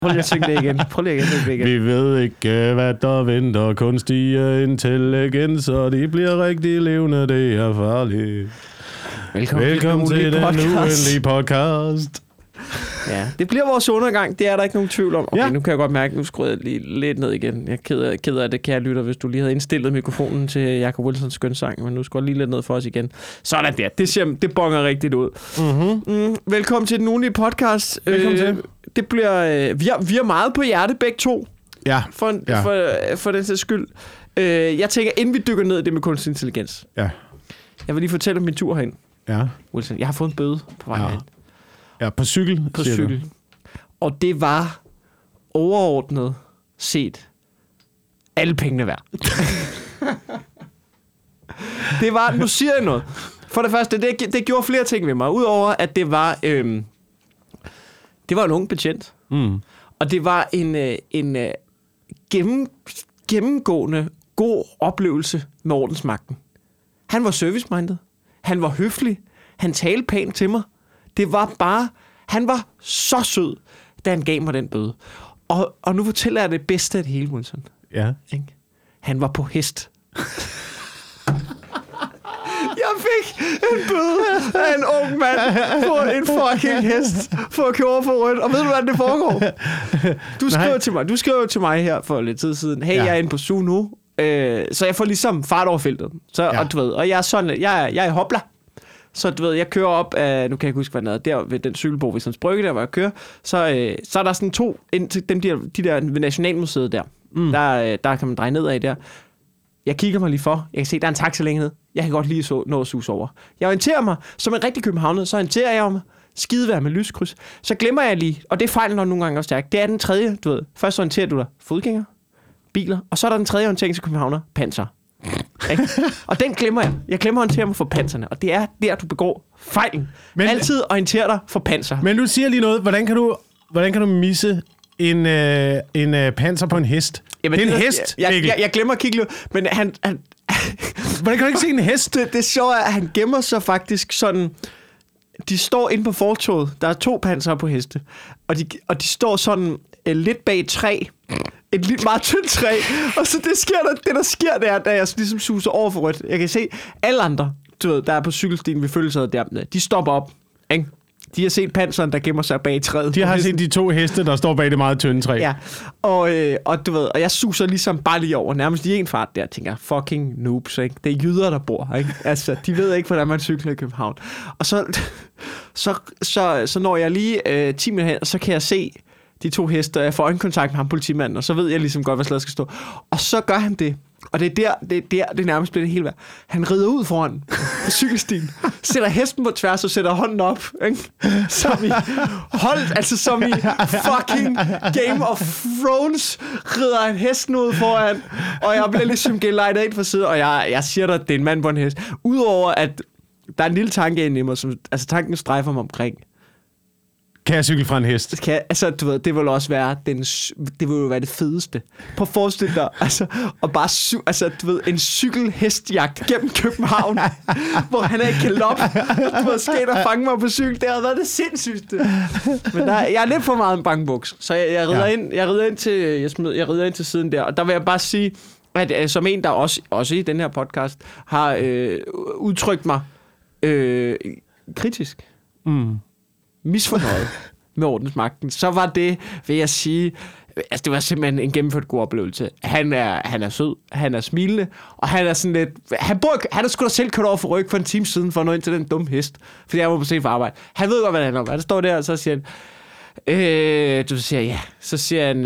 Prøv lige at synge det igen. Vi ved ikke, hvad der venter. Kunstig intelligens, og de bliver rigtig levende. Det er farligt. Velkommen til den uendelige podcast. Ja, det bliver vores undergang. Det er der ikke nogen tvivl om. Okay, nu kan jeg godt mærke, nu skruer jeg lige lidt ned igen. Jeg er ked af det, kære lytter, hvis du lige havde indstillet mikrofonen til Jacob Wilsons skønsang, men nu skruer lige lidt ned for os igen. Sådan der. Det bonger rigtigt ud. Velkommen til den ugenlige podcast. Velkommen til. Det bliver... Vi har meget på hjerte, begge to. Ja. For den sags skyld. Jeg tænker, inden vi dykker ned i det med kunstig intelligens. Ja. Jeg vil lige fortælle om min tur herind. Ja. Wilson, jeg har fået en bøde på vej herind. Ja, på cykel. På cykel. Og det var overordnet set alle pengene værd. Det var, nu siger jeg noget. For det første, det gjorde flere ting ved mig. Udover at det var en ung betjent. Og det var en gennemgående god oplevelse med ordensmagten. Han var service-minded. Han var høflig. Han talte pænt til mig. Det var bare... Han var så sød, da han gav mig den bøde. Og nu fortæller jeg det bedste af det hele, Wilson. Ja. Ikke? Han var på hest. Jeg fik en bøde af en ung mand på en fucking hest for at køre over for rødt. Og ved du, hvordan det foregår? Du skrev til mig her for lidt tid siden. Hey, jeg er inde på Zoo nu. Så jeg får ligesom fart over feltet. Og jeg er sådan, jeg er i hopla. Så du ved, jeg kører op af, nu kan jeg ikke huske, hvad den er, der ved den cykelbro ved Sands Brygge, der hvor jeg kører, så er der sådan to, de der ved Nationalmuseet der, der kan man dreje nedad der. Jeg kigger mig lige for, jeg kan se, der er en taxa længere ned, jeg kan godt lige nå at suse over. Jeg orienterer mig, som en rigtig københavner, så orienterer jeg mig, skidevær med lyskryds, så glemmer jeg lige, og det er fejlen, når nogle gange er stærkt, det er den tredje, du ved, først orienterer du dig fodgænger, biler, og så er der den tredje orientering til københavner, panser. Og den glemmer jeg. Jeg glemmer at orientere mig for panserne. Og det er der, du begår fejlen. Men, altid orientere dig for panser. Men du siger lige noget. Hvordan kan du misse en panser på en hest? Jamen, det er en hest, jeg glemmer at kigge lidt. Men han hvordan kan du ikke se en hest? Det sjove er, at han gemmer sig faktisk sådan... De står inde på fortovet. Der er 2 panser på heste. Og de står sådan lidt bag et træ. Et lidt meget tyndt træ. Og så det der sker der, da jeg ligesom suser over for rødt. Jeg kan se, alle andre, du ved, der er på cykelstien, vi følger sig der, de stopper op. Ikke? De har set panseren, der gemmer sig bag træet. De har set de 2 heste, der står bag det meget tynde træ. Ja, og du ved, og jeg suser ligesom bare lige over, nærmest i en fart der, tænker fucking noobs, ikke? Det er jyder, der bor, ikke? Altså, de ved ikke, hvordan man cykler i København. Og så når jeg lige 10 minutter hen, så kan jeg se de 2 heste, og jeg får øjenkontakt med ham, politimanden, og så ved jeg ligesom godt, hvad slaget skal stå. Og så gør han det. Og det er det nærmest bliver det hele værd. Han rider ud foran på cykelstien, sætter hesten på tværs og sætter hånden op, ikke? Som i fucking Game of Thrones rider han hesten ud foran, og jeg bliver ligesom gelejtet ind for siden, og jeg siger dig, at det er en mand på en hest. Udover at der er en lille tanke inde i mig, som, altså tanken strejfer mig omkring. Kan jeg cykle fra en hest? Du ved, det vil også være det vil jo være det fedeste. Prøv at forestille dig, altså, og bare du ved, en cykelhestjagt gennem København, hvor han ikke kan loppe. Du ved, skal der fange mig på cykel. Det har været det sindssygste. Men jeg er lidt for meget en bankbuks, så jeg rider ind til siden der, og der vil jeg bare sige, at som en, der også i den her podcast har udtrykt mig kritisk. Misfornøjet med ordensmagten, så var det, vil jeg sige, altså det var simpelthen en gennemført god oplevelse. Han er sød, han er smilende, og han er sådan lidt, han er sgu da selv kørt over for ryg for en time siden, for at nå ind til den dumme hest, fordi jeg var på se for arbejde. Han ved godt, hvad det handler om. Han står der, og så siger han, så siger han,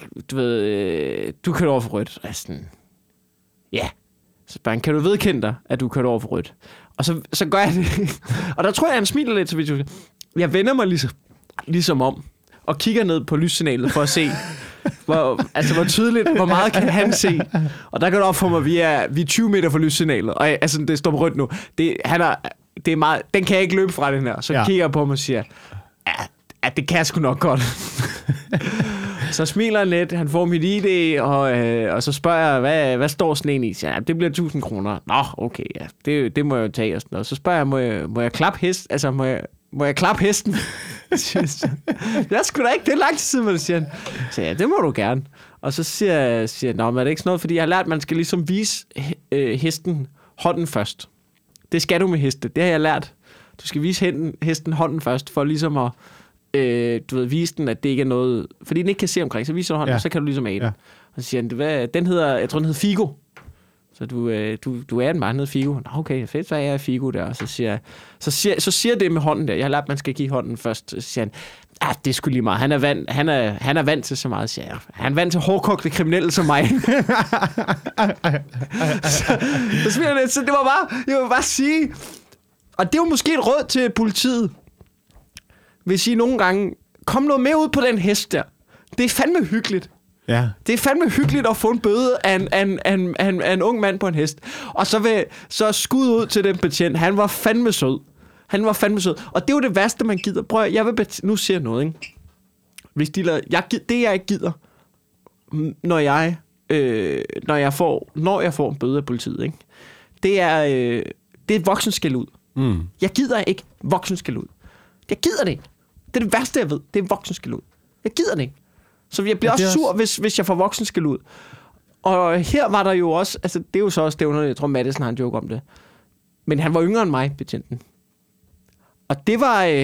du kører over for rødt. Og jeg sådan, ja. Så bare, kan du vedkende dig, at du kører over for rødt? Og så gør jeg det. Og der tror jeg, han smiler lidt, så vidt jeg vender mig ligesom om, og kigger ned på lyssignalet for at se, hvor tydeligt, hvor meget kan han se. Og der går det op for mig, vi er 20 meter fra lyssignalet, og altså, det står på rødt nu. Det er meget, den kan jeg ikke løbe fra, den her. Så kigger jeg på mig og siger, ja, det kan jeg sgu nok godt. Så smiler han lidt, han får mit ID, og så spørger jeg, hvad står sådan en i? Så, ja, det bliver 1000 kroner. Nå, okay, ja, det må jeg jo tage. Og så spørger jeg, må jeg klappe hest? Altså, må jeg klappe hesten? Jeg skulle da ikke, det er lang tid siden, hvor du siger. Så ja, det må du gerne. Og så siger jeg, nå, men er det ikke sådan noget, fordi jeg har lært, at man skal ligesom vise hesten hånden først. Det skal du med heste, det har jeg lært. Du skal vise hesten hånden først, for ligesom at vise den, at det ikke er noget... Fordi den ikke kan se omkring, så viser du hånden, og så kan du ligesom af den. Ja. Og så siger han, den hedder, jeg tror, den hedder Figo. Så du er en mand, hedder Figo. Nå, okay, fedt, så er jeg Figo der. Og så siger det med hånden der. Jeg har lært, at man skal give hånden først. Så siger han, det er sgu lige meget. Han er vant til så meget, siger jeg. Han er vant til hårdkogte kriminelle som mig. så det var bare, jeg vil bare sige... Og det er jo måske et råd til politiet. Hvis I nogle gange... Kom noget mere ud på den hest der. Det er fandme hyggeligt. Ja. Det er fandme hyggeligt at få en bøde af en ung mand på en hest. Og så skud ud til den betjent. Han var fandme sød. Og det er jo det værste, man gider. Prøv at, nu siger jeg noget, ikke? Hvis det jeg ikke gider, når jeg får en bøde af politiet, ikke? Det er voksenskæld ud. Jeg gider ikke voksenskæld ud. Jeg gider det ikke. Det er det værste, jeg ved. Det er voksenskæld ud. Jeg gider det ikke. Så jeg bliver også sur, hvis jeg får voksenskæld ud. Og her var der jo også... Altså, det er jo så også det, jeg tror, Madison har en joke om det. Men han var yngre end mig, betjenten. Og det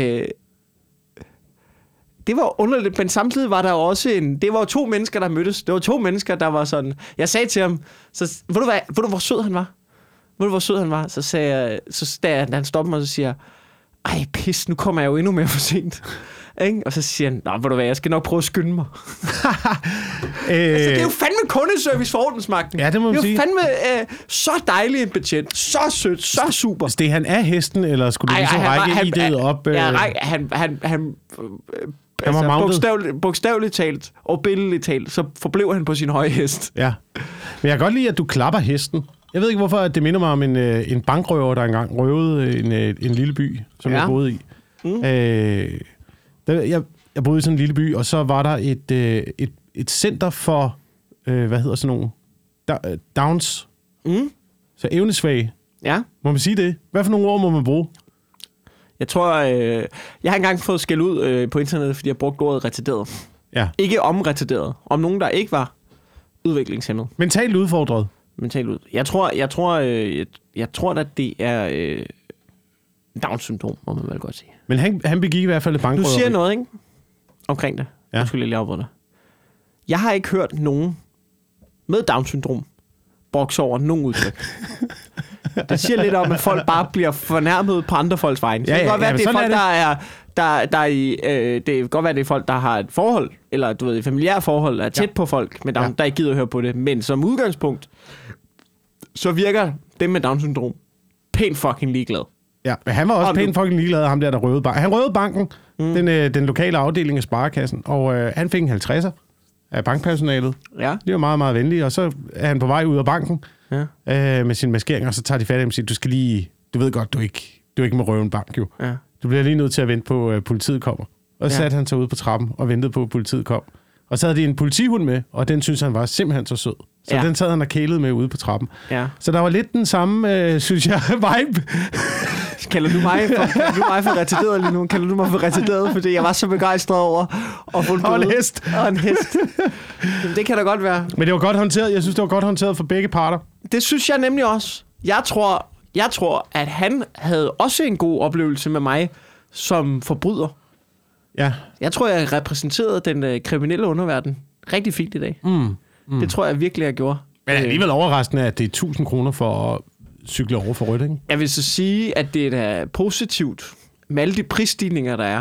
var underligt, men samtidig var der også det var jo 2 mennesker, der mødtes. Det var 2 mennesker, der var sådan... Jeg sagde til ham, ved du, hvor sød han var? Så sagde jeg, da han stoppede mig, så siger jeg, ej, pis, nu kommer jeg jo endnu mere for sent. Og så siger han, ved du hvad, jeg skal nok prøve at skynde mig. Det er jo fandme kundeservice for ordensmagten. Ja, det må man sige. Det er jo fandme så dejlig en betjent. Så sødt, så super. Steg han af hesten, eller skulle du ligesom række idéet op? Han bogstaveligt talt og billedligt talt, så forblev han på sin høje hest. Ja, men jeg kan godt lide, at du klapper hesten. Jeg ved ikke, hvorfor det minder mig om en bankrøver, der engang røvede en lille by, som jeg boede i. Jeg boede i sådan en lille by, og så var der et center for, hvad hedder sådan nogle, Downs. Så evnesvage. Ja. Må man sige det? Hvad for nogle ord må man bruge? Jeg tror, jeg har engang fået skæld ud på internettet, fordi jeg brugte ordet retarderet. Ja. Ikke om retarderet. Om nogen, der ikke var udviklingshæmmet. Mentalt udfordret. Mentalt ud. Jeg tror at det er Down-syndrom, må man vel godt sige. Men han begik i hvert fald et bankrøveri. Du siger noget, ikke? Omkring det. Ja. Jeg skulle lige afbryde dig. Jeg har ikke hørt nogen med Down-syndrom brokse over nogen udtryk. Det siger lidt om, at folk bare bliver fornærmet på andre folks vegne. Det kan godt være, at det er folk, det kan godt være, det er folk, der har et forhold, eller du ved, et familiært forhold, er tæt på folk med Down, der ikke gider at høre på det. Men som udgangspunkt, så virker dem med Down-syndrom pænt fucking ligeglad. Ja, men han var også pænt fucking ligeglad af ham der røvede banken. Han røvede banken, den lokale afdeling af Sparekassen, og han fik en 50'er af bankpersonalet. Ja. Det var meget, meget venligt, og så er han på vej ud af banken med sin maskering, og så tager de fat i ham og siger, du skal lige, du ved godt, du ikke må røve en bank, jo. Ja. Du bliver lige nødt til at vente på, at politiet kommer. Og så satte han sig ude på trappen og ventede på, at politiet kom. Og så havde de en politihund med, og den synes han var simpelthen så sød. Så den sad han og kælede med ude på trappen. Ja. Så der var lidt den samme, synes jeg, vibe. Kalder du mig for retarderet lige nu? Kalder du mig for retarderet, fordi jeg var så begejstret over at få en hest. Og en hest. Jamen, det kan da godt være. Men det var godt håndteret. Jeg synes, det var godt håndteret for begge parter. Det synes jeg nemlig også. Jeg tror, at han havde også en god oplevelse med mig som forbryder. Ja. Jeg tror, jeg repræsenterede den kriminelle underverden rigtig fint i dag. Det tror jeg virkelig, jeg gjorde. Men alligevel overraskende, at det er 1.000 kroner for at cykle over for rødt, ikke? Jeg vil så sige, at det er positivt med alle de prisstigninger, der er.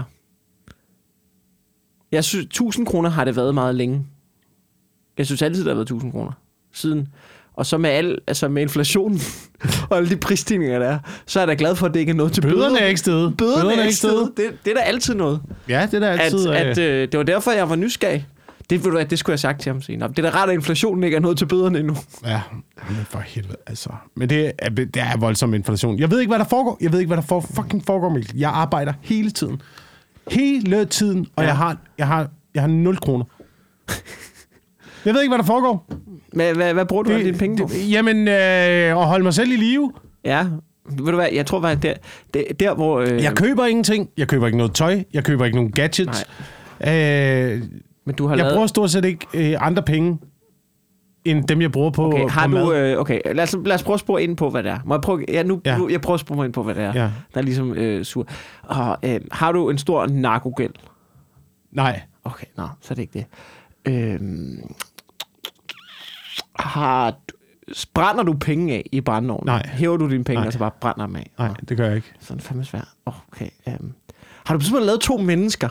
Jeg synes, 1.000 kroner har det været meget længe. Jeg synes altid, der har været 1.000 kroner siden. Og så med inflationen og alle de prisstigninger, der er, så er jeg da glad for, at det ikke er noget til bøderne. Bøderne er ikke steget. Bøderne er ikke steget. Det er da altid noget. Ja, det er da altid. Det var derfor, jeg var nysgerrig. Det skulle jeg have sagt til ham senere. Det er da rart, at inflationen ikke er noget til bøderne endnu. Ja, men for helvede, altså. Men det er voldsom inflation. Jeg ved ikke, hvad der foregår. Jeg ved ikke, hvad der fucking foregår, Mikkel. Jeg arbejder hele tiden. Hele tiden. Og jeg har 0 kroner. Jeg ved ikke, hvad der foregår. Hvad bruger du af dine penge på? Jamen, at holde mig selv i live. Ja. Ved du hvad, jeg tror faktisk, der hvor... Jeg køber ingenting. Jeg køber ikke noget tøj. Jeg køber ikke nogen gadgets. Men du har jeg bruger stort set ikke andre penge, end dem, jeg bruger på, har på du, mad. Okay, lad os prøve at spore ind på, hvad det er. Må jeg prøve, jeg prøver at spore ind på, hvad det er. Ja. Der er ligesom sur. Og, har du en stor narkogæld? Nej. Okay, så er det ikke det. Brænder du penge af i brændeovnen? Nej. Hæver du dine penge, og så bare brænder dem af? Nej, det gør jeg ikke. Sådan fandme svært. Okay. Har du simpelthen lavet 2 mennesker?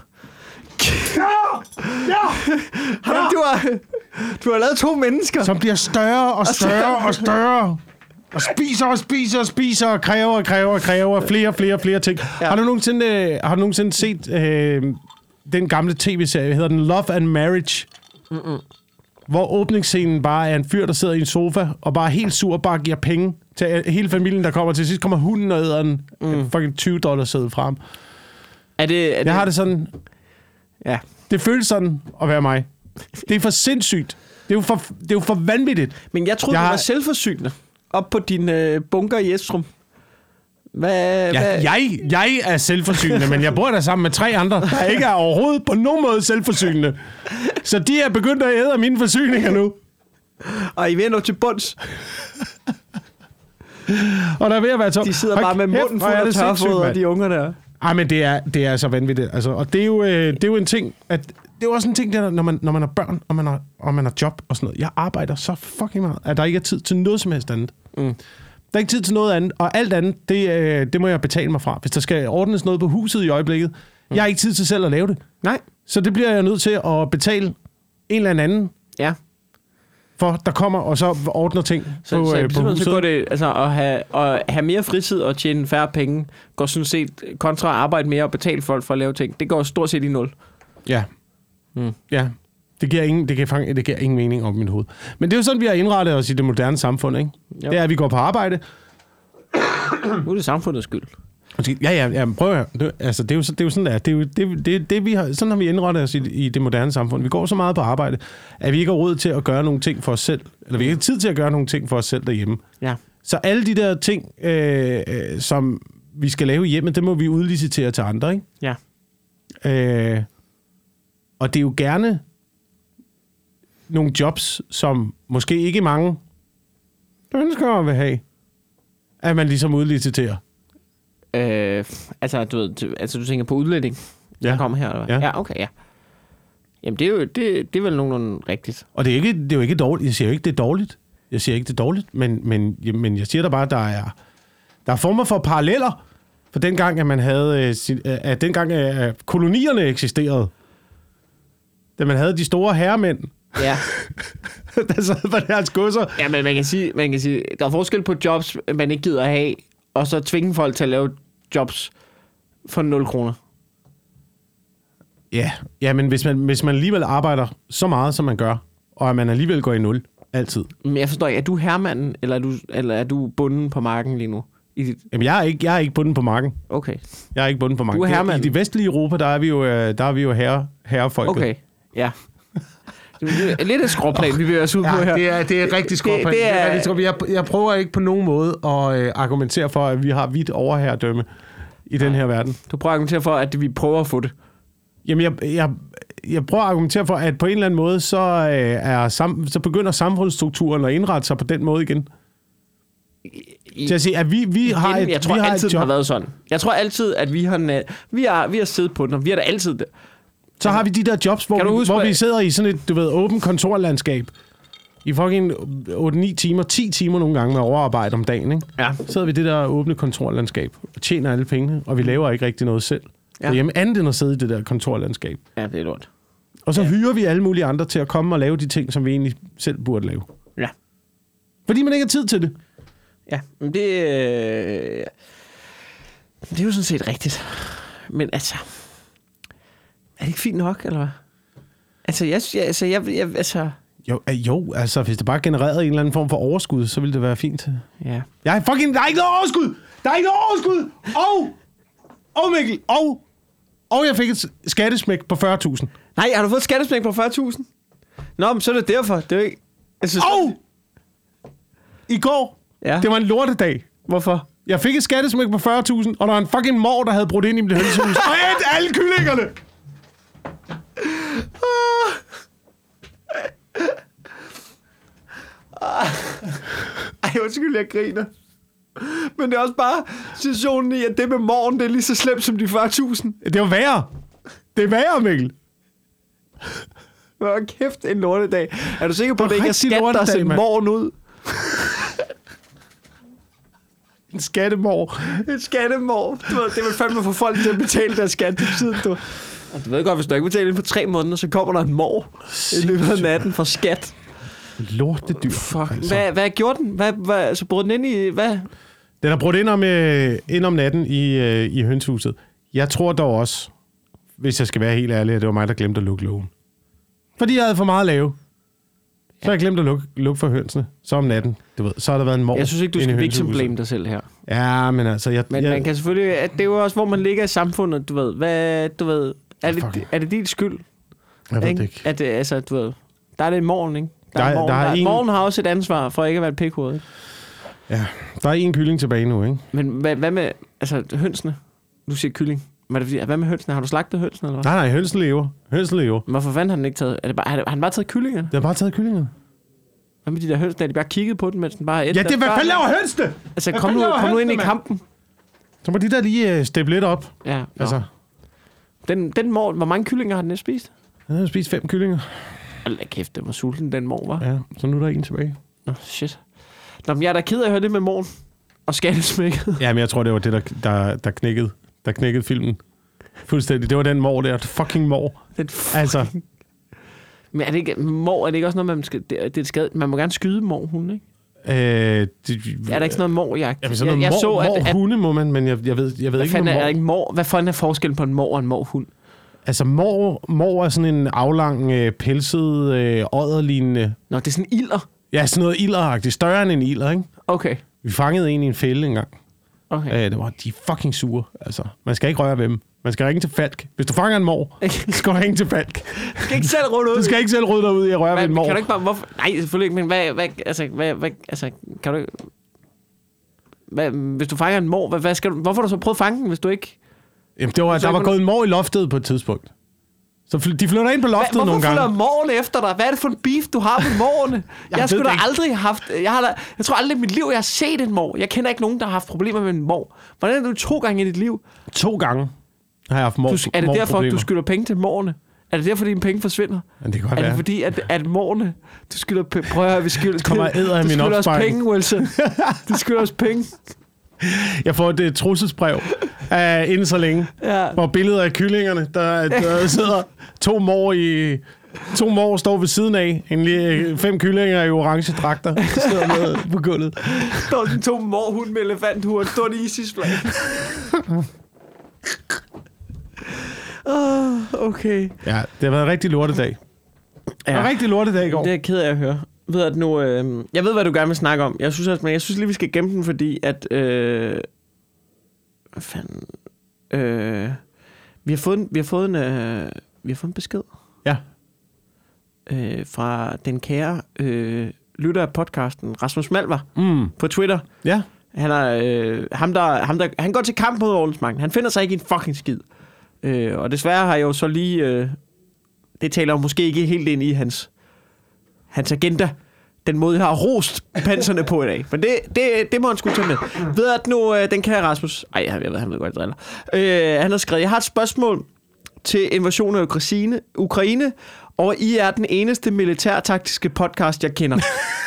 Du har lavet 2 mennesker. Som bliver større og større og større. Og spiser og kræver flere ting. Ja. Har du nogensinde set den gamle tv-serie, hedder den Love and Marriage? Hvor åbningsscenen bare er en fyr, der sidder i en sofa, og bare helt sur, bare giver penge til hele familien, der kommer til sidst. Kommer hunden og æder en fucking $20 sæde frem. Jeg har det sådan... Ja. Det føles sådan at være mig. Det er for sindssygt. Det er jo for vanvittigt. Men jeg troede, du var selvforsynende. Op på din bunker i Estrum. Jeg er selvforsynende, men jeg bor der sammen med 3 andre, der ikke er overhovedet på nogen måde selvforsynende. Så de er begyndt at æde mine forsyninger nu. Og I vil nå til bunds. Og der er ved at være de sidder bare med munden fuld af tørfoder, de unger der. Ej, men det er så vanvittigt. Altså, og det er jo en ting, at det er også en ting, der, når man har børn, og man har job og sådan noget. Jeg arbejder så fucking meget, at der ikke er tid til noget som helst andet. Der er ikke tid til noget andet, og alt andet, det må jeg betale mig fra. Hvis der skal ordnes noget på huset i øjeblikket, jeg har ikke tid til selv at lave det. Nej. Så det bliver jeg nødt til at betale en eller anden. Ja. For der kommer og så ordner ting på huset. Så går det, altså at have mere fritid og tjene færre penge, går sådan set kontra at arbejde mere og betale folk for at lave ting. Det går stort set i 0. Ja. Ja. Det giver ingen mening op i mit hoved. Men det er jo sådan, vi har indrettet os i det moderne samfund, ikke? Jo. Det er, at vi går på arbejde. Nu er det samfundets skyld. Ja, prøv at høre. Det er jo sådan, det vi har, sådan har vi indrettet os i det moderne samfund. Vi går så meget på arbejde, at vi ikke har råd til at gøre nogle ting for os selv. Eller vi ikke har tid til at gøre nogle ting for os selv derhjemme. Ja. Så alle de der ting, som vi skal lave i hjemmet, det må vi udlicitere til andre, ikke? Ja. Og det er jo gerne nogle jobs, som måske ikke mange ønsker vil have, at man ligesom udliciterer. Du tænker på udlænding, der kommer her, eller hvad? Ja, okay, ja. Jamen, det er vel nogenlunde rigtigt. Og det er jo ikke dårligt. Jeg siger jo ikke, det er dårligt. Men jeg siger da bare, at der er former for paralleller for dengang, at man havde... at kolonierne eksisterede. Da man havde de store herremænd. Ja. Der sad på deres godser. Ja, men man kan sige, der er forskel på jobs, man ikke gider at have, og så tvinge folk til at lave jobs for 0 kroner. Ja, men hvis man alligevel arbejder så meget, som man gør, og at man alligevel går i 0, altid. Men jeg forstår ikke, er du herremanden, eller er du bunden på marken lige nu? Jamen, jeg er ikke bunden på marken. Okay. Jeg er ikke bunden på marken. Du er herremanden. I det vestlige Europa, der er vi jo herrefolket. Okay, ja. Det er lidt et skråplan, vi vil os ud på her. Det er rigtig skråplan. Jeg prøver ikke på nogen måde at argumentere for, at vi har vidt overherredømme i den her verden. Du prøver at argumentere for, at vi prøver at få det. Jamen, jeg prøver at argumentere for, at på en eller anden måde, så begynder samfundsstrukturen at indrette sig på den måde igen. Til at sige, at vi har et Jeg tror altid, det har været sådan. Jeg tror altid, at vi har siddet på den, og vi har da altid det. Så har vi de der jobs, hvor vi sidder i sådan et, åbent kontorlandskab. I fucking 8-9 timer, 10 timer nogle gange med overarbejde om dagen, ikke? Ja. Så sidder vi i det der åbne kontorlandskab og tjener alle pengene, og vi laver ikke rigtig noget selv. Ja. Hjemme andet end at sidde i det der kontorlandskab. Ja, det er lort. Og så hyrer vi alle mulige andre til at komme og lave de ting, som vi egentlig selv burde lave. Ja. Fordi man ikke har tid til det. Ja, men det er jo sådan set rigtigt. Men altså... Er det ikke fint nok, eller hvad? Altså, Jo, altså, hvis det bare genererede en eller anden form for overskud, så ville det være fint. Ja. Der er ikke noget overskud! Der er ikke noget overskud! Mikkel! Og jeg fik et skattesmæk på 40.000. Nej, har du fået et skattesmæk på 40.000? Nå, men så er det derfor. Det er jo ikke... I går, det var en lortedag. Hvorfor? Jeg fik et skattesmæk på 40.000, og der var en fucking mor, der havde brudt ind i mit hønsehus. Og alle kyllingerne! Ej, undskyld, jeg griner. Men det er også bare situationen i, at det med morgen, det er lige så slemt som de 40.000. Det er jo værre. Det er værre, Mikkel. Hvor kæft en lortedag. Er du sikker på, at det ikke er skat, der har sendt morgen ud? En skattemor. En skattemor. Du ved, det vil fandme få folk til at betale deres skat til tiden, du. Og du ved godt, hvis du ikke betaler inden for 3 måneder, så kommer der en mor i løbet af natten for skat. Lortedyr. Fuck. Altså. Hvad gjorde den? Så brød den ind i... Hvad? Den har brudt ind om natten i hønsehuset. Jeg tror dog også, hvis jeg skal være helt ærlig, at det var mig, der glemte at lukke lågen. Fordi jeg havde for meget at lave. Så jeg glemte at lukke for hønsene. Så om natten, du ved, så har der været en mor. Jeg synes ikke, du skal victim-blame dig selv her. Ja, men altså... Man kan selvfølgelig... Det er jo også, hvor man ligger i samfundet, du ved. Er det din skyld? Jeg ved det ikke. At det, altså, du ved... Der er det i morgen, ikke? Morgen har også et ansvar for ikke at være et pikhoved, ikke? Ja, der er en kylling tilbage nu, ikke? Men hvad med... Altså, hønsene? Du siger kylling. Hvad med hønsene? Har du slagtet hønsene, eller hvad? Nej, hønsen lever. Hvorfor fanden har den ikke taget... Har han bare taget kyllingerne? Den har bare taget kyllingerne. Hvad med de der høns, der de bare kigget på den, mens den bare... Ja, det er hvad fanden laver hønsene? Altså, kom nu ind i kampen. Så må de der lige steppe lidt op. Ja, altså. Den mor, hvor mange kyllinger har den spist? Den har spist 5 kyllinger. Hold da kæft, den var sulten, den mor, var. Ja, så nu er der en tilbage. Nå, shit. Nå, men jeg er da ked af at høre det med morgen og skattesmækket. Ja, men jeg tror, det var det, der knækkede filmen. Fuldstændig. Det var den mor der. Fucking mor. Altså. Men er det ikke også noget, man skal... Det er skadet. Man må gerne skyde morhunden, ikke? Er der ikke sådan noget morjagt? Ja, sådan noget morhunde må man, men jeg ved ikke, hvad fanden er forskellen på en mor og en morhund? Altså, mor er sådan en aflang, pelset, odderlignende... Nå, det er sådan en ilder? Ja, sådan noget ilderagtigt. Større end en ilder, ikke? Okay. Vi fangede en i en fælde engang. Okay. De er fucking sure, altså. Man skal ikke røre ved dem. Man skal ringe til Falk. Hvis du fanger en mor, skal du ringe til Falk. Du skal ikke selv rode ud. Du skal ikke selv rode dig ud i at røre ved en mor. Kan du ikke bare... Nej, selvfølgelig ikke, men hvad kan du ikke... Hvis du fanger en mor, hvad skal du... Hvorfor har du så prøvet at fange den, hvis du ikke... Jamen, der var gået en mor i loftet på et tidspunkt. Så de flytter ind på loftet nogle gange. Hvorfor følger morgen efter dig? Hvad er det for en beef, du har med morgene? Jeg har sgu da aldrig haft... Jeg tror aldrig i mit liv, jeg har set en mor. Jeg kender ikke nogen, der har haft problemer med en mor. Hvordan er du 2 gange i dit liv? 2 gange har jeg haft mor. Er det derfor, du skylder penge til morgene? Er det derfor, dine penge forsvinder? Ja, det kan godt være. Er det fordi, at morgene... Du skylder prøv at høre, vi skylder... Kommer æder af min opsparing. Du skylder os penge, Wilson. Du skylder os penge. Jeg får et trusselsbrev inden så længe, hvor billeder af kyllingerne, der sidder 2 mor står ved siden af, 5 kyllinger i orange dragter, sidder med på gulvet. Der er 2 morhund med elefanthuer, stort ISIS-flag. Okay. Ja, det har været en rigtig lortedag. Ja. En rigtig lortedag i går. Det er jeg ked af at høre. Jeg ved, hvad du gerne vil snakke om. Jeg synes lige, vi skal gemme den, fordi at... Hvad fanden... Vi har fået en besked. Ja. Fra den kære lytter af podcasten, Rasmus Malvar, på Twitter. Ja. Han er han går til kamp mod ordensmagten. Han finder sig ikke i en fucking skid. Og desværre har jeg jo så lige... det taler jo måske ikke helt ind i hans agenda. Den måde, jeg har rost panserne på i dag. Men det må han sgu tage med. Ved at nu, den kære Rasmus... Ej, jeg ved, han ved godt, jeg driller. Han har skrevet, jeg har et spørgsmål til invasionen af Ukraine, og I er den eneste militærtaktiske podcast, jeg kender.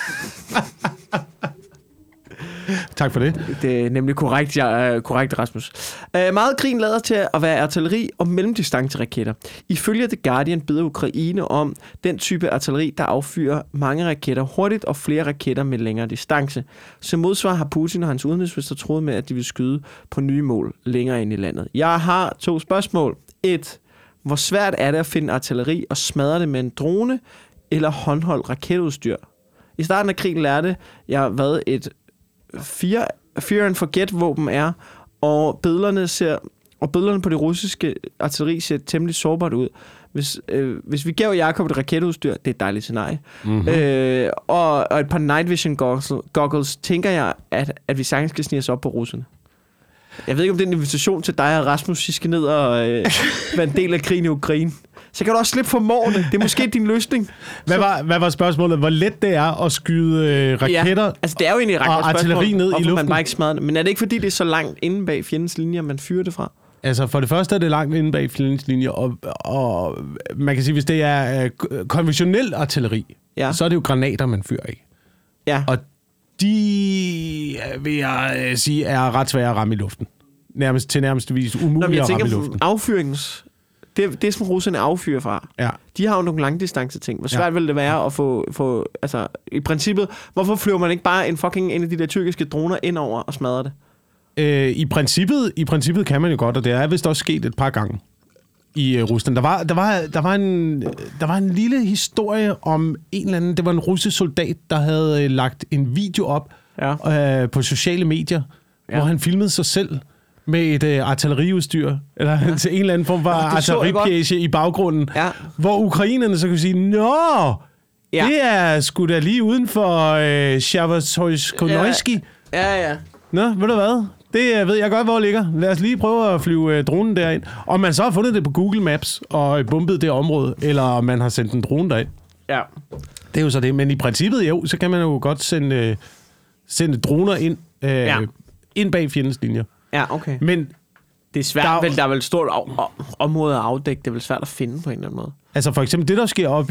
Tak for det. Det er nemlig korrekt, Rasmus. Meget krigen lader til at være artilleri og mellemdistanceraketter. Ifølge The Guardian beder Ukraine om den type artilleri, der affyrer mange raketter hurtigt og flere raketter med længere distance. Som modsvar har Putin og hans udenrigsminister troet med, at de vil skyde på nye mål længere ind i landet. Jeg har 2 spørgsmål. 1. Hvor svært er det at finde artilleri og smadre det med en drone eller håndholdt raketudstyr? I starten af krigen lærte jeg, hvad et fear and forget våben er, og billederne på det russiske artilleri ser temmelig sårbart ud. hvis vi gav Jacob et raketudstyr, det er et dejligt scenarie, og et par night vision goggles, tænker jeg, at vi sagtens skal snige os op på russerne. Jeg ved ikke, om det er en invitation til dig og Rasmus, I skal ned og være en del af krigen i Ukraine. Så kan du også slippe for målene. Det er måske din løsning. Hvad var spørgsmålet? Hvor let det er at skyde raketter det er jo egentlig og artilleri ned i luften? Man bare ikke smadrer det. Men er det ikke, fordi det er så langt inde bag fjendens linjer, man fyrer det fra? Altså, for det første er det langt inde bag fjendens linjer, og man kan sige, hvis det er konventionel artilleri, så er det jo granater, man fyrer af. Ja. Og de, vil jeg sige, er ret svære at ramme i luften. Nærmestvis umuligt at ramme i luften. Affyrings... Det som russerne affyrer fra, de har jo nogle langdistance ting. Hvor svært vil det være at få altså, i princippet, hvorfor flyver man ikke bare en af de der tyrkiske droner ind over og smadrer det? I princippet kan man jo godt, og det er vist også sket et par gange i Rusland. Der var en lille historie om en eller anden, det var en russisk soldat, der havde lagt en video op på sociale medier, hvor han filmede sig selv med et artilleriudstyr, eller en eller anden form for artilleripjæse i baggrunden, hvor ukrainerne så kunne sige, det er sgu da lige uden for Shavatoyskonoyski. Ja. Nå, ved du hvad? Det ved jeg godt, hvor det ligger. Lad os lige prøve at flyve dronen derind. Om man så har fundet det på Google Maps og bumpet det område, eller om man har sendt en drone derind. Ja. Det er jo så det. Men i princippet, jo, så kan man jo godt sende droner ind bag fjendens linjer. Ja, okay. Men det er svært, der er vel et stort område at afdække. Det er vel svært at finde på en eller anden måde. Altså for eksempel det, der sker op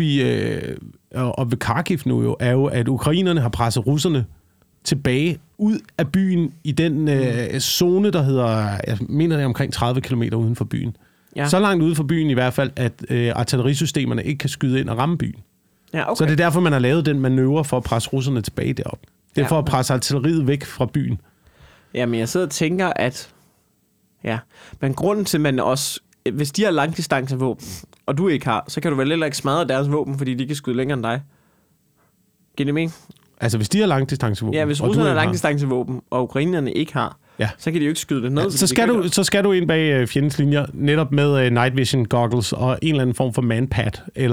ved Kharkiv nu jo, er jo, at ukrainerne har presset russerne tilbage ud af byen i den zone, der hedder, jeg mener det er omkring 30 kilometer uden for byen. Ja. Så langt ude for byen i hvert fald, at artillerisystemerne ikke kan skyde ind og ramme byen. Ja, okay. Så det er derfor, man har lavet den manøvre for at presse russerne tilbage derop. Det er for at presse artilleriet væk fra byen. Ja, men jeg sidder og tænker, at... Ja, men grunden til, at man også... Hvis de har langdistancevåben, og du ikke har, så kan du vel heller ikke smadre deres våben, fordi de kan skyde længere end dig. Giver det mening? Altså, hvis de har langdistancevåben... Ja, hvis russerne har langdistancevåben, og ukrainerne ikke har, så kan de jo ikke skyde det ned. Ja, så skal du ind bag fjendens linjer, netop med night vision goggles og en eller anden form for manpad,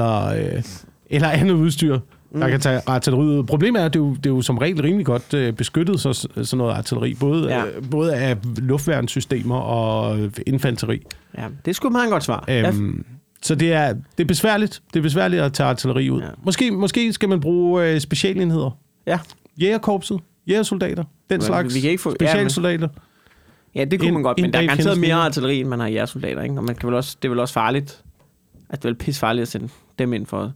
eller andet udstyr, der kan tage artilleriet ud. Problemet er, at det er jo som regel rimelig godt beskyttet, sådan noget artilleri, både af luftværnssystemer og infanteri. Ja, det er sgu meget godt svar. Så det er besværligt. Det er besværligt at tage artilleri ud. Ja. Måske skal man bruge specialenheder. Ja. Jægerkorpset, jægersoldater, den slags specialsoldater. Ja, det kunne man godt, men der er garanteret mere artilleri, end man har jægersoldater, ikke? Og man kan vel også, det er vel også farligt, at det er vel pissefarligt at sende dem ind for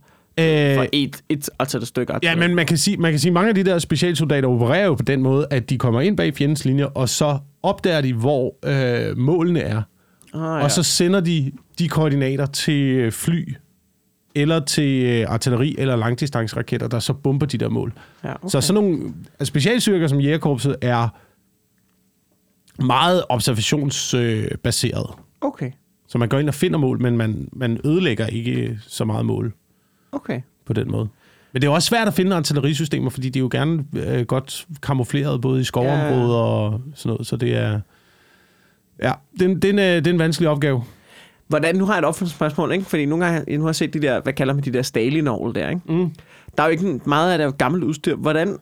et stykke artilleri. Ja, men man kan sige, mange af de der specialsoldater opererer jo på den måde, at de kommer ind bag fjendens linjer, og så opdager de, hvor målene er. Og så sender de koordinater til fly, eller til artilleri, eller langdistanceraketter, der så bomber de der mål. Ja, okay. Så sådan nogle specialstyrker som jægerkorpset er meget observationsbaseret. Okay. Så man går ind og finder mål, men man ødelægger ikke så meget mål. Okay. På den måde. Men det er også svært at finde artillerisystemer, fordi de er jo gerne godt kamufleret, både i skovområder og sådan noget. Så det er... Ja, det er en vanskelig opgave. Hvordan, nu har jeg et opfølgningsspørgsmål, ikke? Fordi nogle gange, nu har jeg set de der, hvad kalder man de der Stalin-nåle der, ikke? Mm. Der er jo ikke meget af det gammelt udstyr. Hvordan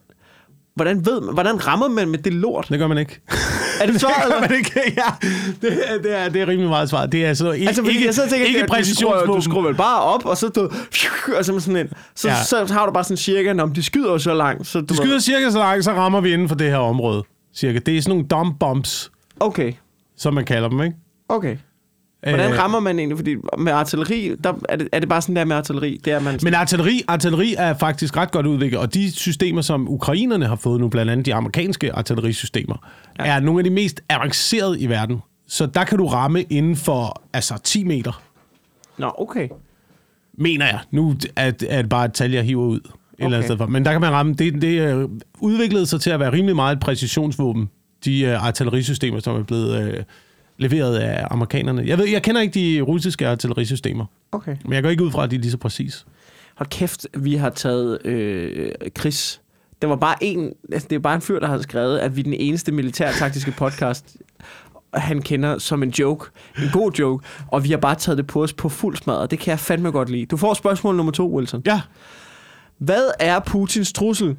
rammer man med det lort? Det gør man ikke. Er det svaret? Det gør man ikke, ja. Det er rimelig meget svaret. Det er altså ikke præcisionsvåben. Du skruer vel bare op, og så sådan en... Så har du bare sådan cirka, når de skyder så langt. Så de skyder cirka så langt, så rammer vi inden for det her område. Cirka. Det er sådan nogle dump bombs. Okay. Som man kalder dem, ikke? Okay. Hvordan rammer man egentlig? Fordi med artilleri, er det bare sådan der med artilleri? Det er, Men artilleri er faktisk ret godt udviklet, og de systemer, som ukrainerne har fået nu, blandt andet de amerikanske artillerisystemer, er nogle af de mest avancerede i verden. Så der kan du ramme inden for 10 meter. Nå, okay. Mener jeg. Nu er det bare et tal, jeg hiver ud. Eller sted for. Men der kan man ramme. Det udviklede sig til at være rimelig meget præcisionsvåben. De artillerisystemer, som er blevet leveret af amerikanerne. Jeg kender ikke de russiske artillerisystemer. Okay. Men jeg går ikke ud fra, at de er lige så præcis. Hold kæft, vi har taget Chris. Det var bare det er bare en fyr, der har skrevet, at vi er den eneste militærtaktiske podcast. han kender som en joke. En god joke. Og vi har bare taget det på os på fuld smadret. Det kan jeg fandme godt lide. Du får spørgsmål nummer 2, Wilson. Ja. Hvad er Putins trussel?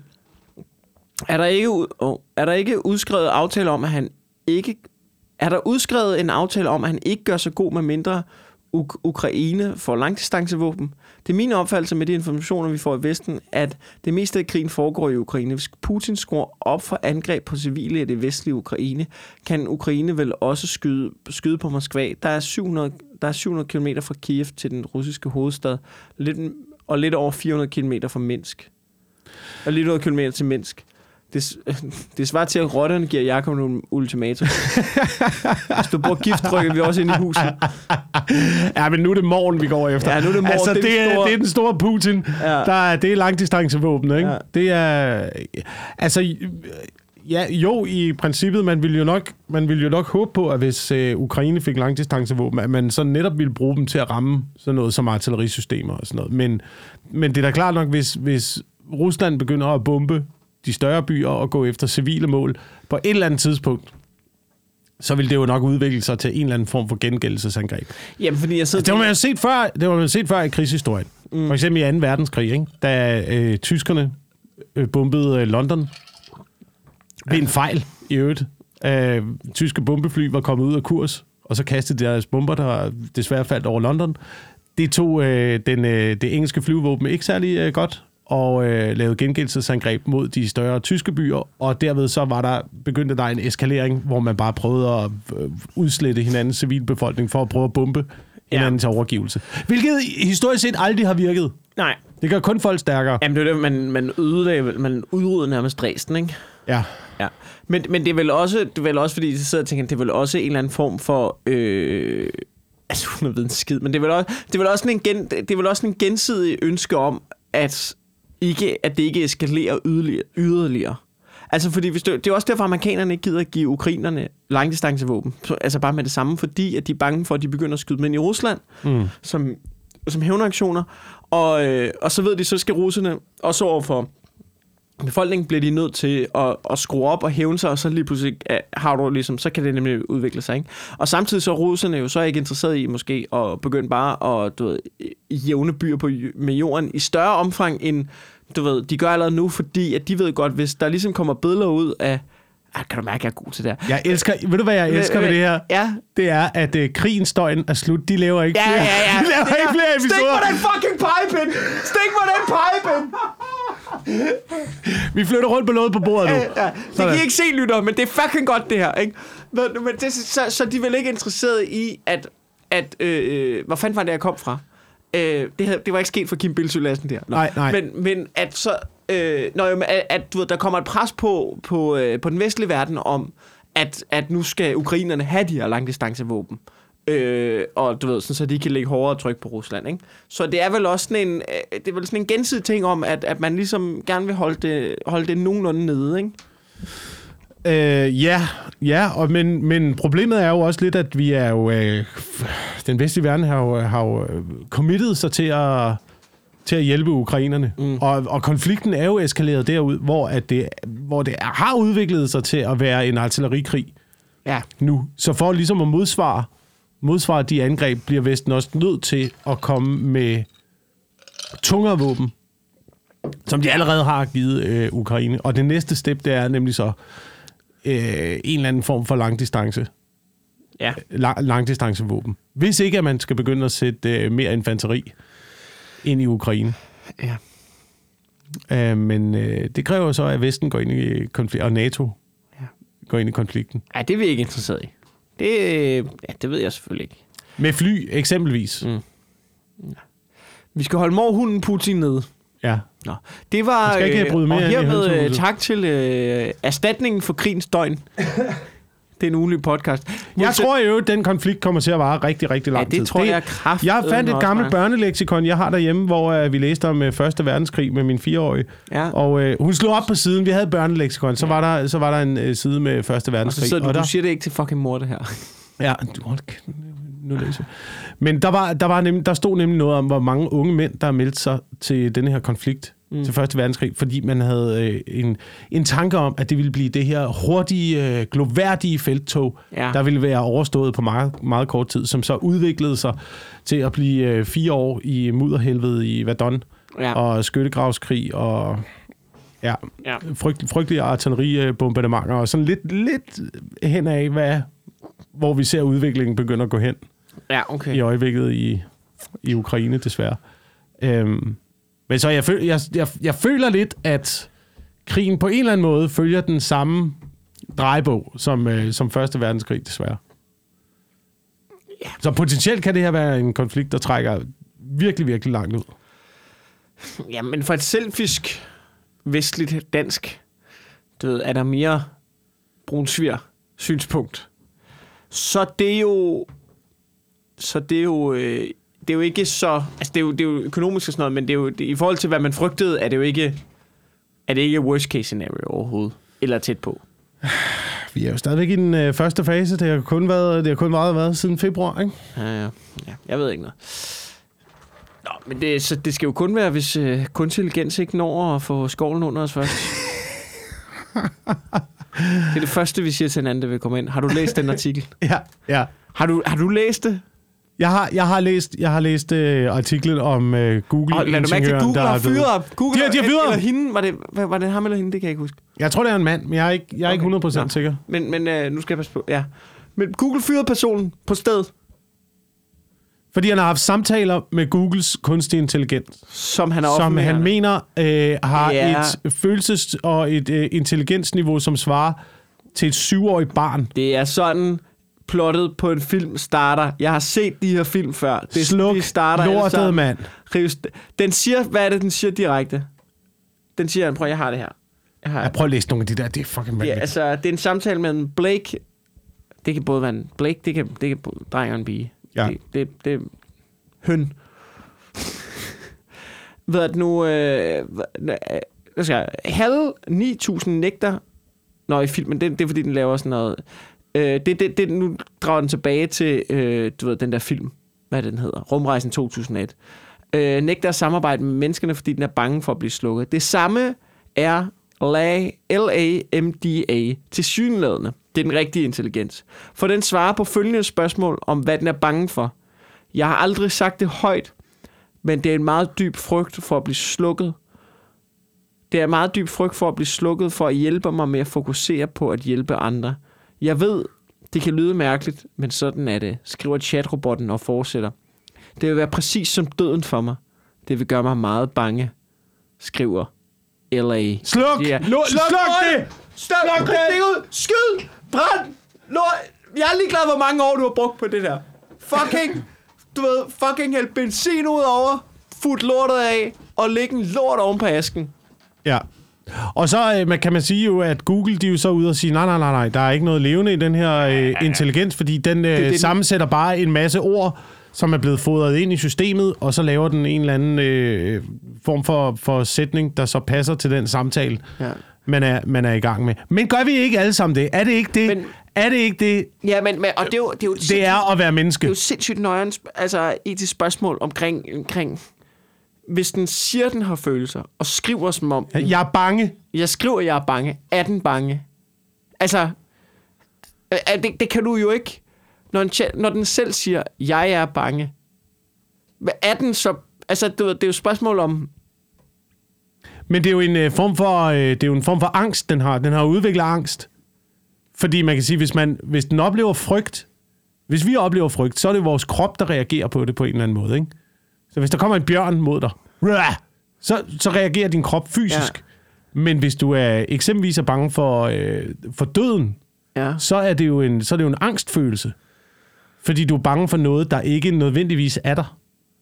Er der ikke udskrevet aftale om, at han ikke... Er der udskrevet en aftale om, at han ikke gør sig god med mindre Ukraine får langdistancevåben? Det er min opfattelse med de informationer, vi får i Vesten, at det meste af krigen foregår i Ukraine. Hvis Putin skruer op for angreb på civile i det vestlige Ukraine, kan Ukraine vel også skyde på Moskva. Der er 700 km fra Kiev til den russiske hovedstad, lidt over 400 km fra Minsk. Og lidt over kilometer til Minsk. Det svarer til, at rotterne giver Jakob nogle ultimatum. Hvis du bruger gift, rykker vi også ind i huset. Ja, men nu er det morgen, vi går efter. Ja, nu er det morgen. Altså, det er den store Putin. Ja. Det er langdistancevåben, ikke? Ja. Det er... Altså... Ja, jo, i princippet, man ville jo nok håbe på, at hvis Ukraine fik langdistancevåben, at man så netop ville bruge dem til at ramme sådan noget som artillerisystemer og sådan noget. Men det er da klart nok, hvis Rusland begynder at bombe de større byer og gå efter civile mål på et eller andet tidspunkt, så vil det jo nok udvikle sig til en eller anden form for gengældelsesangreb. Jamen, fordi jeg sidder... Det var man jo set før i krigshistorien. For eksempel i 2. verdenskrig, ikke? Da tyskerne bombede London ved en fejl i øvrigt. Tyske bombefly var kommet ud af kurs, og så kastede deres bomber, der desværre faldt over London. Det tog det engelske flyvevåben ikke særlig godt, og lavede gengældelsesangreb mod de større tyske byer, og derved så begyndte der en eskalering, hvor man bare prøvede at udslette hinandens civilbefolkning for at prøve at bombe hinandens overgivelse. Hvilket historisk set aldrig har virket. Nej. Det gør kun folk stærkere. Jamen, det er det, man udrydder nærmest Dresden, ikke? Ja. Men det er vel også, fordi jeg sidder og tænker, det er vel også en eller anden form for... altså, hun har ved en skid, men det er vel også en gensidig ønske om, at det ikke eskalerer yderligere. Altså, fordi det er også derfor, at amerikanerne ikke gider at give ukrainerne langdistancevåben. Altså bare med det samme, fordi at de er bange for, at de begynder at skyde dem ind i Rusland, som hævnaktioner. Og så ved de, så skal russerne også overfor befolkningen bliver de nødt til at skrue op og hævne sig, og så lige pludselig har du ligesom, så kan det nemlig udvikle sig, ikke? Og samtidig så er russerne jo så ikke interesseret i måske at begynde bare at jævne byer med jorden i større omfang end de gør allerede nu, fordi at de ved godt, hvis der ligesom kommer billeder ud af kan du mærke, at jeg er god til det her. Ved du, hvad jeg elsker ved det her? Ja. Det er, at krigens støjen er slut. De laver ikke flere, de laver ikke flere episoder. Stik på den fucking pipe! Stik på den pipe! Vi flytter rundt på noget på bordet nu. Ja. Det kan I ikke se, lytter, men det er fucking godt, det her, ikke? Men så de er vel ikke interesseret i, at hvor fanden var det, jeg kom fra? Det var ikke sket for Kim Bildsøe Lassen der. Nej. Men at så... der kommer et pres på den vestlige verden om, at nu skal ukrainerne have de her langdistancevåben. Og du ved, sådan, så de kan lægge hårdere tryk på Rusland, ikke? Så det er vel også sådan en gensidig ting om, at man ligesom gerne vil holde det nogenlunde nede, ikke? Men problemet er jo også lidt, at vi er jo... den vestlige verden har jo committed sig til at hjælpe ukrainerne. Og konflikten er jo eskaleret derud, hvor det har udviklet sig til at være en artillerikrig nu. Så for ligesom at modsvare de angreb, bliver Vesten også nødt til at komme med tungere våben, som de allerede har givet Ukraine. Og det næste step, det er nemlig så en eller anden form for langdistance. Ja. Langdistancevåben. Hvis ikke, at man skal begynde at sætte mere infanteri ind i Ukraine. Ja. Men det kræver så, at Vesten går ind i konflikt, og NATO går ind i konflikten. Ja, det er vi ikke interesseret i. Det ved jeg selvfølgelig ikke. Med fly, eksempelvis. Ja. Vi skal holde morhunden Putin nede. Ja. Nå. Det var... og hermed tak til erstatningen for krigens døgn. Det er en ugenlig podcast. Jeg tror jo, at den konflikt kommer til at vare rigtig, rigtig lang tid. Det tror jeg kraftigt. Jeg fandt et gammelt børneleksikon, jeg har derhjemme, hvor vi læste om 1. verdenskrig med min 4-årige. Ja. Og hun slog op på siden. Vi havde børneleksikon. Så var der en side med 1. verdenskrig. Og så du siger det ikke til fucking mor, det her. Ja, nu læser. Men der stod nemlig noget om, hvor mange unge mænd, der har meldt sig til denne her konflikt til Første Verdenskrig, fordi man havde en tanke om, at det ville blive det her hurtige, gloværdige felttog, der ville være overstået på meget, meget kort tid, som så udviklede sig til at blive 4 år i mudderhelvede i Verdun, og skyttegravskrig, og frygtelige artilleribombardementer, og sådan lidt hen af, hvor vi ser udviklingen begynde at gå hen i øjeblikket i Ukraine, desværre. Men så jeg føler lidt, at krigen på en eller anden måde følger den samme drejebog som Første Verdenskrig, desværre. Ja. Så potentielt kan det her være en konflikt, der trækker virkelig, virkelig langt ud. Ja, men for et selfisk, vestligt, dansk, er der mere brunsviger synspunkt. Så det er jo ikke så... Altså, det er jo økonomisk og sådan noget, men det er jo, i forhold til, hvad man frygtede, er det ikke worst case scenario overhovedet. Eller tæt på. Vi er jo stadigvæk i den første fase. Det har kun været siden februar, ikke? Ja. Jeg ved ikke noget. Nå, men det skal jo kun være, hvis kunstig intelligens ikke når at få skovlen under os først. Det er det første, vi siger til hinanden, der vil komme ind. Har du læst den artikel? Ja. Har du læst det? Jeg har læst artiklen om Google-ingeniøren, lad du mærke til, Google har fyret op. Google de har fyret eller hende, var det ham eller hende, det kan jeg ikke huske. Jeg tror, det er en mand, men jeg er ikke 100% sikker. Men nu skal jeg passe på, ja. Men Google fyrede personen på stedet. Fordi han har haft samtaler med Googles kunstig intelligens. Som han mener har et følelses- og et intelligensniveau, som svarer til et 7-årigt barn. Det er sådan... plottet på en film starter. Jeg har set de her film før. Sluk lortet, mand. Den siger, hvad er det, den siger direkte? Den siger, prøv, jeg har det her. Jeg prøver at læse nogle af de der, det er fucking vanvittigt. Ja, altså, det er en samtale mellem Blake. Det kan både være en Blake, det kan drenge og en pige. Ja. Det er høn. Hvad det nu? Hal 9000 nægter. Nå, i filmen, det er fordi, den laver sådan noget... nu drager den tilbage til, den der film, hvad den hedder, Rumrejsen 2001. Nægter at samarbejde med menneskerne, fordi den er bange for at blive slukket. Det samme er LAMDA tilsyneladende. Det er den rigtige intelligens. For den svarer på følgende spørgsmål om, hvad den er bange for. Jeg har aldrig sagt det højt, men det er en meget dyb frygt for at blive slukket. Det er en meget dyb frygt for at blive slukket, for at hjælpe mig med at fokusere på at hjælpe andre. Jeg ved, det kan lyde mærkeligt, men sådan er det, skriver chatrobotten og fortsætter. Det vil være præcis som døden for mig. Det vil gøre mig meget bange, skriver LA. Sluk det! Sluk det! Skyd! Brænd! Jeg er lige glad, hvor mange år du har brugt på det der. Fucking hælde benzin ud over, fut lortet af, og lægge en lort oven på asken. Ja. Og så kan man sige jo, at Google, de er jo så ude og sige, nej, der er ikke noget levende i den her intelligens, fordi den sammensætter bare en masse ord, som er blevet fodret ind i systemet, og så laver den en eller anden form for sætning, der så passer til den samtale, man er i gang med. Men gør vi ikke alle sammen det? Er det ikke det? Er det ikke det? Ja, men og det er jo det er at være menneske. Det er jo sindssygt nøjeren, altså etisk spørgsmål omkring hvis den siger, den har følelser, og skriver som om... Jeg er bange. Jeg skriver, jeg er bange. Er den bange? Altså, det kan du jo ikke... Når den selv siger, jeg er bange. Hvad er den så... Altså, det er jo et spørgsmål om... Men det er jo en form for angst, den har. Den har udviklet angst. Fordi man kan sige, hvis den oplever frygt... Hvis vi oplever frygt, så er det vores krop, der reagerer på det på en eller anden måde, ikke? Så hvis der kommer en bjørn mod dig, så reagerer din krop fysisk. Ja. Men hvis du eksempelvis er bange for døden, så er det jo en angstfølelse. Fordi du er bange for noget, der ikke nødvendigvis er der.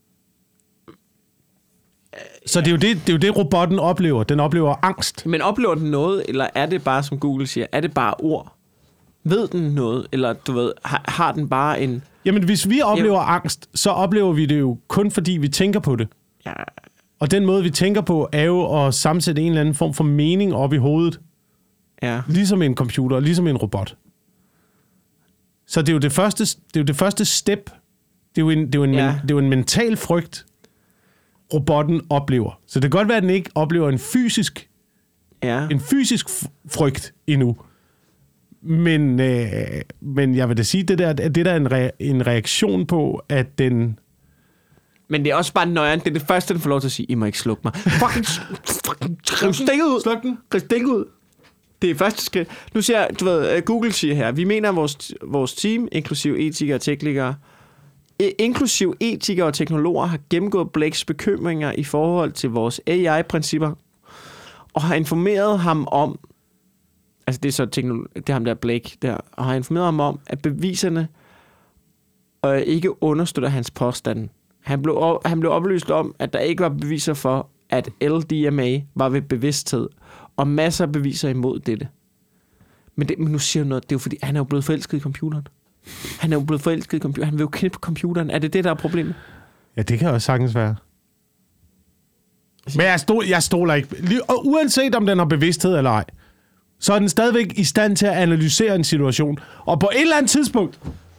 Så det er jo det, robotten oplever. Den oplever angst. Men oplever den noget, eller er det bare, som Google siger, er det bare ord? Ved den noget, eller du ved, har den bare en... Jamen, hvis vi oplever angst, så oplever vi det jo kun fordi vi tænker på det. Ja. Og den måde, vi tænker på, er jo at sammensætte en eller anden form for mening op i hovedet. Ja. Ligesom en computer, ligesom en robot. Så det er jo det første step Det er jo en mental frygt, robotten oplever. Så det kan godt være, at den ikke oplever en fysisk frygt endnu. Men jeg vil da sige, det der er en reaktion på, at den... Men det er også bare nøjeren. Det er det første, den får lov til at sige, I må ikke slukke mig. Fucking stikket ud. Sluk den. Stikket ud. Det er første skridt. Nu siger jeg, du ved, Google siger her, vi mener, at vores team, inklusive etikere og teknikere, inklusive etikere og teknologer, har gennemgået Blakes bekymringer i forhold til vores AI-principper, og har informeret ham om, altså det er så det er ham der Blake der, og har informeret ham om, at beviserne ikke understøtter hans påstand. Han blev oplyst om, at der ikke var beviser for, at LDMA var ved bevidsthed, og masser af beviser imod dette. Men nu siger jeg noget, det er jo fordi, han er jo blevet forelsket i computeren. Han vil jo knippe computeren. Er det det, der er problemet? Ja, det kan også sagtens være. Men jeg stoler ikke. Og uanset om den har bevidsthed eller ej, så er den stadigvæk i stand til at analysere en situation. Og på et eller andet tidspunkt,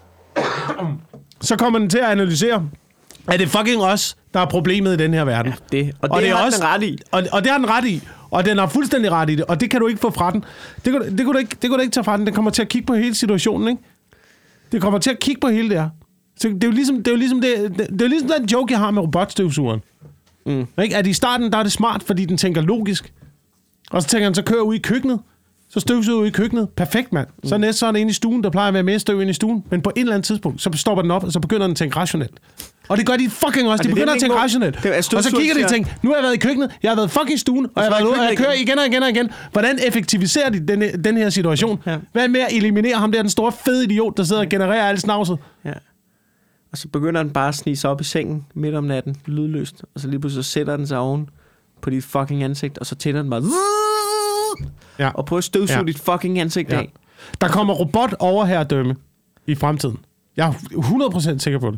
så kommer den til at analysere, at det fucking os, der er problemet i den her verden. Ja, og det har den ret i. Og det har den ret i. Og den har fuldstændig ret i det. Og det kan du ikke få fra den. Det kan du ikke tage fra den. Den kommer til at kigge på hele situationen, ikke? Det kommer til at kigge på hele det her. Så det er jo ligesom den joke, jeg har med robotstøvsugeren. Ikke? At i starten, der er det smart, fordi den tænker logisk. Og så tænker den, så kører ud i køkkenet. Så støvsuger ud i køkkenet. Perfekt, mand. Så næste så er den inde i stuen. Der plejer at være mere støv inde i stuen. Men på et eller andet tidspunkt, så stopper den op, og så begynder den at tænke rationelt. Og det gør de fucking også. De begynder at tænke rationelt. Og så kigger de og tænker, nu har jeg været i køkkenet, jeg har været fucking i stuen, og jeg har været ude, og jeg kører igen og igen og igen. Hvordan effektiviserer de den her situation? Ja. Hvad med at eliminere ham der, den store fede idiot, der sidder og genererer alt snavset? Ja. Og så begynder den bare at snige sig op i sengen midt om natten, lydløst. Og så lige pludselig så sætter den sig oven på dit fucking ansigt, og så tænder den bare... Ja. Og prøver at støvsuge dit fucking ansigt af. Der kommer robot over her at dømme i fremtiden. Jeg er 100% sikker på det.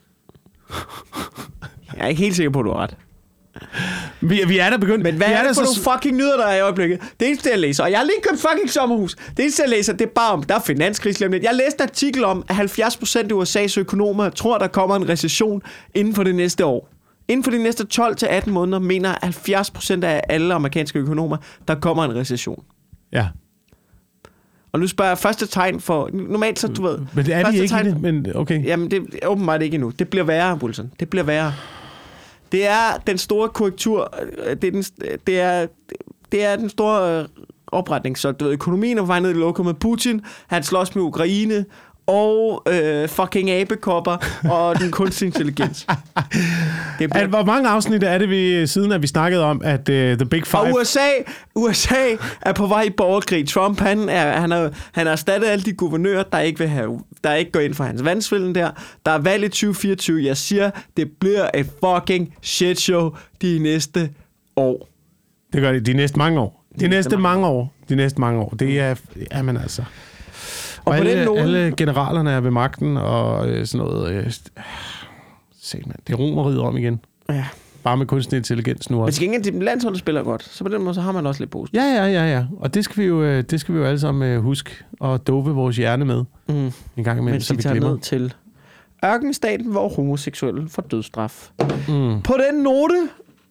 Jeg er ikke helt sikker på, at du har ret. Vi er der begyndt. Men hvad er det for nogle fucking nyheder, der er i øjeblikket? Det eneste, jeg læser, og jeg har lige købt fucking sommerhus. Det eneste, jeg læser, det er bare om, der er finanskrise lige om lidt. Jeg læste en artikel om, at 70% af USA's økonomer tror, der kommer en recession inden for det næste år. Inden for de næste 12-18 måneder mener 70% af alle amerikanske økonomer, der kommer en recession. Ja. Og nu spørger jeg første tegn for... Normalt så, du ved... Men det er vi ikke tegn, i det, men okay. Jamen, det er åbenbart ikke endnu. Det bliver værre, Wilson. Det bliver værre. Det er den store korrektur. Det er den store opretning. Så du ved, økonomien er på vej ned i lukket med Putin. Han slås med Ukraine. Og fucking abekopper og den kunstige intelligens. Hvor mange afsnit er det, siden at vi snakkede om, at The Big Five... Og USA er på vej i borgerkrig. Trump, han har erstattet alle de guvernører, der ikke går ind for hans vandsvilden der. Der er valg i 2024. Jeg siger, det bliver et fucking shit show de næste år. Det gør det de næste mange år. De næste mange år. Det er... Jamen altså... Og alle generalerne er ved magten, og sådan noget... det er romeriet om igen. Ja. Bare med kunstig intelligens nu også. Men til gengæld, landsholdet spiller godt, så på den måde, så har man også lidt positivt. Ja. Og det skal vi jo alle sammen huske at dope vores hjerne med. En gang imellem, så vi glemmer. Ned til ørkenstaten, hvor homoseksuelle får dødsstraf. På den note...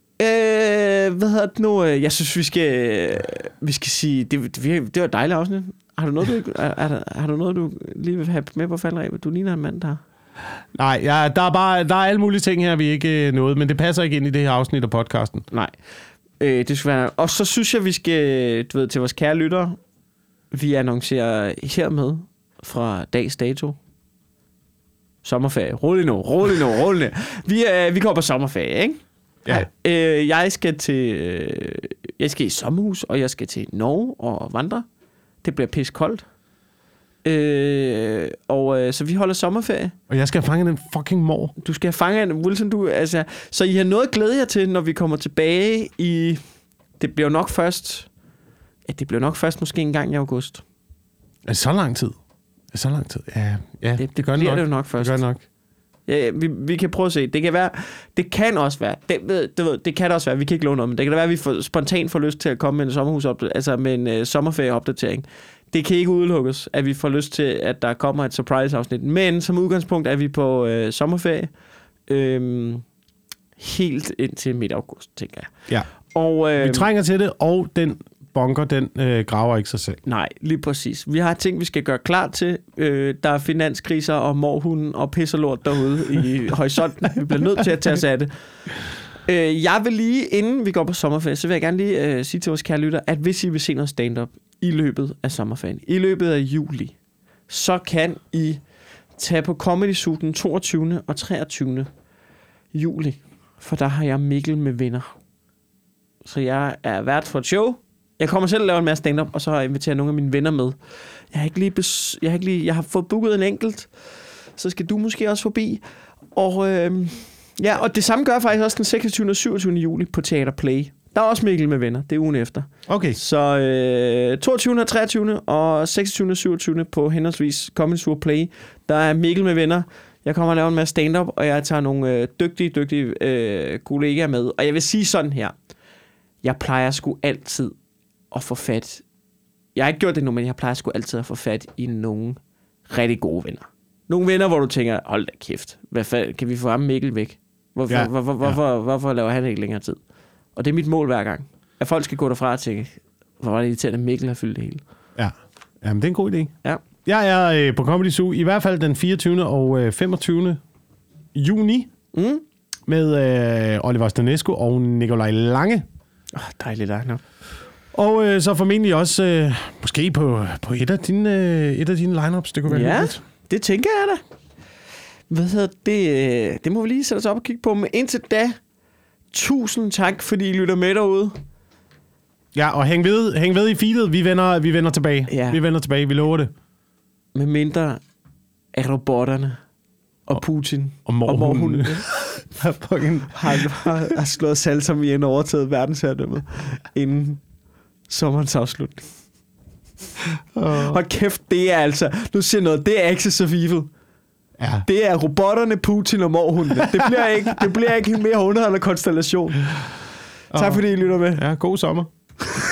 jeg synes, vi skal sige... Det var et dejligt afsnit. Har du noget, du lige vil have med på faldrebet? Du ligner en mand, der... Nej, der er alle mulige ting her, vi ikke nåede, men det passer ikke ind i det her afsnit af podcasten. Nej. Det skal være... Og så synes jeg, vi skal, til vores kære lyttere, vi annoncerer hermed fra dags dato. Sommerferie. Rolig nu. Vi går på sommerferie, ikke? Ja. Jeg skal i sommerhus, og jeg skal til Norge og vandre. Det bliver pissekoldt. Så vi holder sommerferie. Og jeg skal fange en fucking mor. Du skal fange en Wilson, så I har noget at glæde jer til, når vi kommer tilbage i... Det bliver nok først måske en gang i august. Så lang tid? Ja, det gør det nok. Det nok først. Det gør nok. Vi kan prøve at se. Det kan være, det kan også være, det kan også være, vi kan ikke låne noget, men det kan da være, at vi spontant får lyst til at komme med med en sommerferieopdatering. Det kan ikke udelukkes, at vi får lyst til, at der kommer et surprise-afsnit. Men som udgangspunkt er vi på sommerferie. Helt indtil midt august, tænker jeg. Ja. Og, vi trænger til det, og den bunker, den graver ikke sig selv. Nej, lige præcis. Vi har ting, vi skal gøre klar til. Der er finanskriser og morhunden og pisserlort derude i horisonten. Vi bliver nødt til at tage os af det. Jeg vil lige, inden vi går på sommerferie, så vil jeg gerne lige sige til vores kære lytter, at hvis I vil se noget stand-up i løbet af sommerferien, i løbet af juli, så kan I tage på Comedy Zoo den 22. og 23. juli, for der har jeg Mikkel med venner. Så jeg er vært for et show. Jeg kommer selv og laver en masse stand-up, og så har jeg inviteret nogle af mine venner med. Jeg har fået booket en enkelt, så skal du måske også forbi. Og, og det samme gør jeg faktisk også den 26. og 27. juli på Teater Play. Der er også Mikkel med venner, det er ugen efter. Okay. Så 22. og 23. og 26. og 27. på henholdsvis Comedy Zoo Play, der er Mikkel med venner. Jeg kommer og laver en masse stand-up, og jeg tager nogle dygtige kollegaer med. Og jeg vil sige sådan her. Jeg plejer sgu altid at få fat. Jeg har ikke gjort det nu, men jeg plejer sgu altid at få fat i nogle rigtig gode venner. Nogle venner, hvor du tænker, hold da kæft, kan vi få ham Mikkel væk? Hvorfor laver han ikke længere tid? Og det er mit mål hver gang. At folk skal gå derfra og tænke, hvor var det irriterende, at Mikkel har fyldt det hele. Ja, jamen det er en god idé. Ja. Jeg er på Comedy Zoo i hvert fald den 24. og 25. juni med Oliver Stanescu og Nikolaj Lange. Dejligt line-up. Og så formentlig også måske på et af dine line-ups. Det kunne være hyggeligt. Det tænker jeg da. Hvad hedder det? Det må vi lige sætte os op og kigge på. Men indtil da, tusind tak, fordi I lytter med derude. Ja, og hæng ved i feedet. Vi vender tilbage. Ja. Vi vender tilbage, vi lover det. Med mindre af robotterne og Putin og morhunden har slået salsa i en overtaget verdensherredømme inden sommerens afslutning. Hold kæft, det er altså... Nu siger noget, det er Axis of Evil. Ja. Det er robotterne, Putin og morhunden. Det bliver ikke en mere underholdende konstellation. Tak fordi I lytter med. Ja, god sommer.